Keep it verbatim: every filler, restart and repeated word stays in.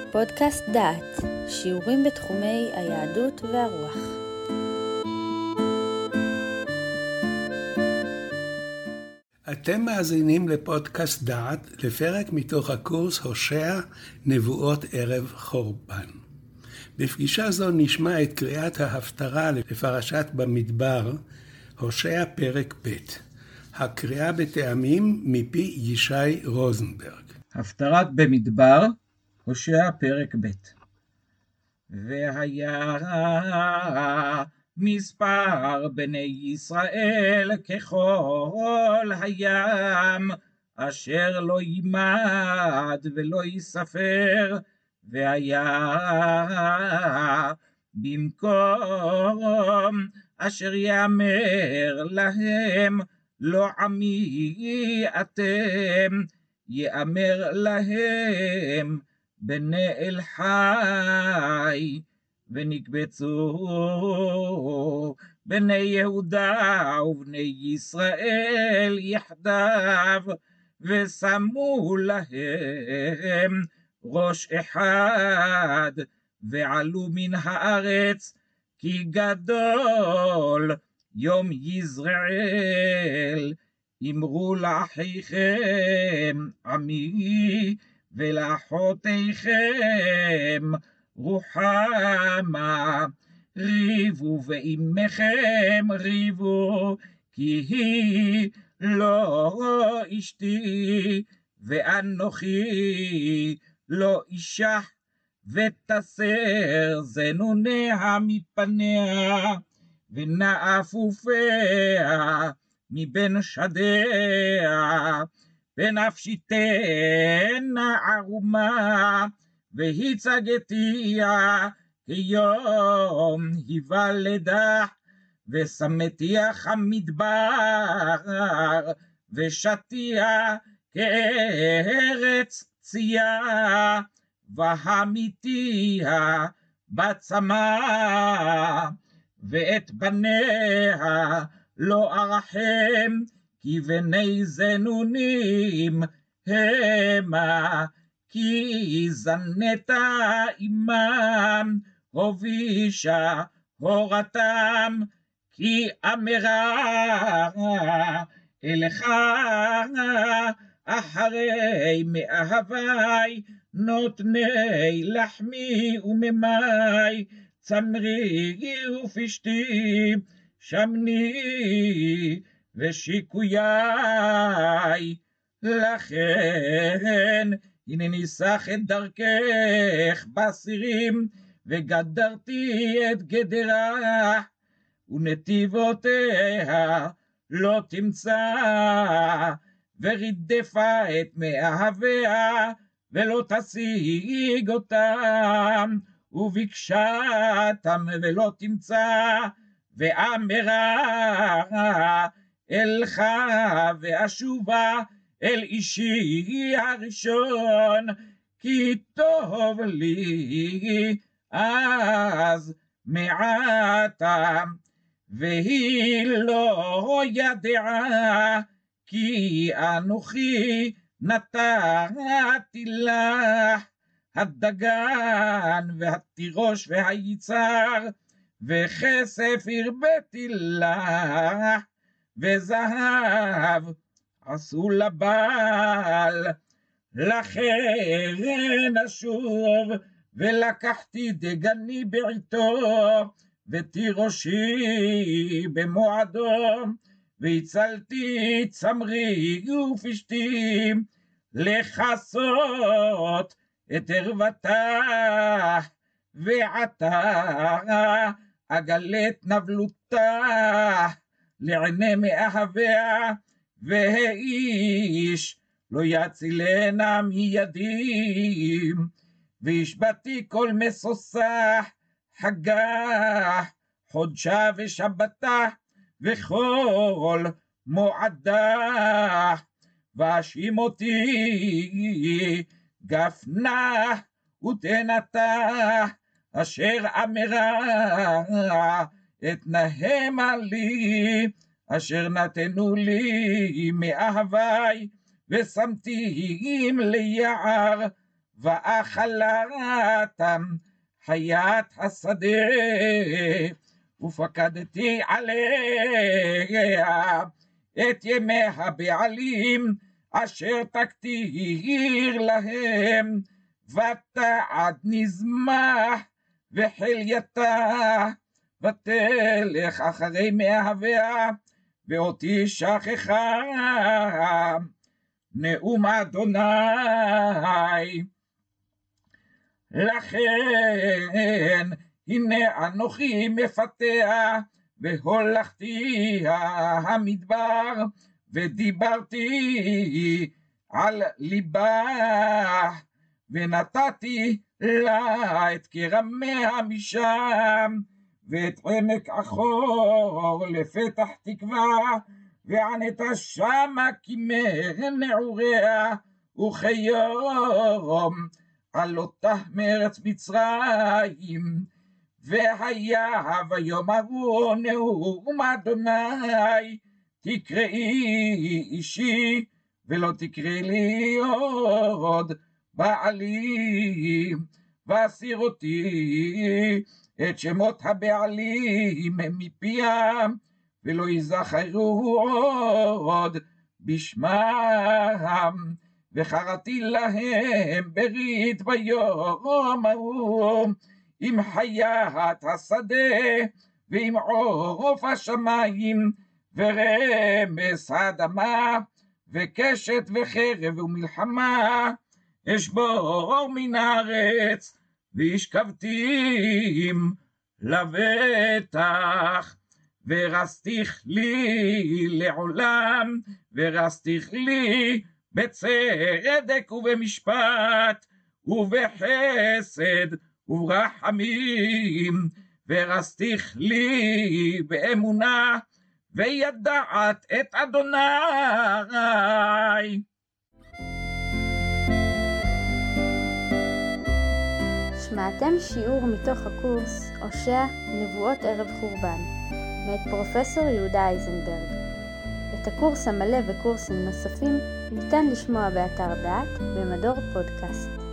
פודקאסט דעת, שיעורים בתחומי היהדות והרוח. אתם מאזינים לפודקאסט דעת, לפרק מתוך הקורס הושע נבואות ערב חורבן. בפגישה זו נשמע את קריאת ההפטרה לפרשת במדבר, הושע פרק ב'. הקריאה בטעמים מפי ישי רוזנברג. הפטרת במדבר, הושע פרק ב'. והיה מספר בני ישראל ככל הים, אשר לא יימד ולא יספר, והיה במקום אשר יאמר להם לא עמי אתם, יאמר להם בני אל חי. ונקבצו בני יהודה ובני ישראל יחדיו, ושמו להם ראש אחד, ועלו מן הארץ, כי גדול יום יזרעאל. אמרו לאחיכם עמי, ולאחותיכם רוחמה. ריבו ועמכם ריבו, כי היא לא אשתי, ואנוכי לא אישה, ותסר זנוניה מפניה, ונאפופיה מבין שדיה, ונפשיתנה ערומה, והצגתיה כיום היוולדה, ושמתיה כמדבר, ושתיה כארץ צייה, והמיתיה בצמא, ואת בניה לא ארחם, כי בני זנונים המה, כי זנת עמם, הובישה הורתם, כי אמרה אלך אחרי מאהבי, נותני לחמי וממי, צמרי ופשתי, שמני ושיקויי. לכן הנה ניסח את דרכך בסירים, וגדרתי את גדרה, ונתיבותיה לא תמצא, ורידפה את מאהביה ולא תשיג אותם, וביקשתם ולא תמצא, ואמרה אלך ואשובה אל אישי הראשון, כי טוב לי אז מעתה. והיא לא ידעה, כי אנוכי נתתי לך הדגן והתירוש והיצר, וכסף הרביתי לך, וזהב עשו לבעל. לכן אשוב ולקחתי דגני בעיתו, ותירושי במועדו, והצלתי צמרי ופשתי, לכסות את ערוותה, ועתה אגלה את נבלותה לעיני מאהביה, והאיש לא יצילנה מידי. והשבתי כל מסוסה, חגה, חודשה ושבתה, וכל מועדה. ואשים אותי גפנה ותנתה, אשר אמרה את נהמה לי, אשר נתנו לי מאהבי, ושמתים ליער, ואכלתם חיית השדה, ופקדתי עליה את ימי הבעלים אשר תקטיר להם, ותעד נזמח וחלייתה, ותלך אחרי מאהביה, ואותי שכחה. נאום אדוני. לכן הנה אנוכי מפתח, והולכתי המדבר, ודיברתי על ליבה, ונתתי לה את כרמיה משם, ואת עמק החור לפתח תקווה, וענתה שמה כמר נעוריה, וכיום על אותה מארץ מצרים. והיה ביום ההוא נאום אדוני, תקראי אישי ולא תקראי לי עוד בעלים, ואסיר אותי את שמות הבעלים מפיים, ולא יזכרו עוד בשמם. וחרתי להם ברית ביום ההוא, עם חיית השדה, ועם עוף השמיים, ורמס האדמה, וקשת וחרב ומלחמה, אשבור מן הארץ, והשכבתים לבטח. ורסתיך לי לעולם, ורסתיך לי בצדק ובמשפט, ובחסד וברחמים, ורסתיך לי באמונה, וידעת את אדוני. שמעתם שיעור מתוך הקורס הושע נבואות ערב חורבן, מאת פרופסור יהודה אייזנברג. את הקורס המלא וקורסים נוספים ניתן לשמוע באתר דעת במדור פודקאסט.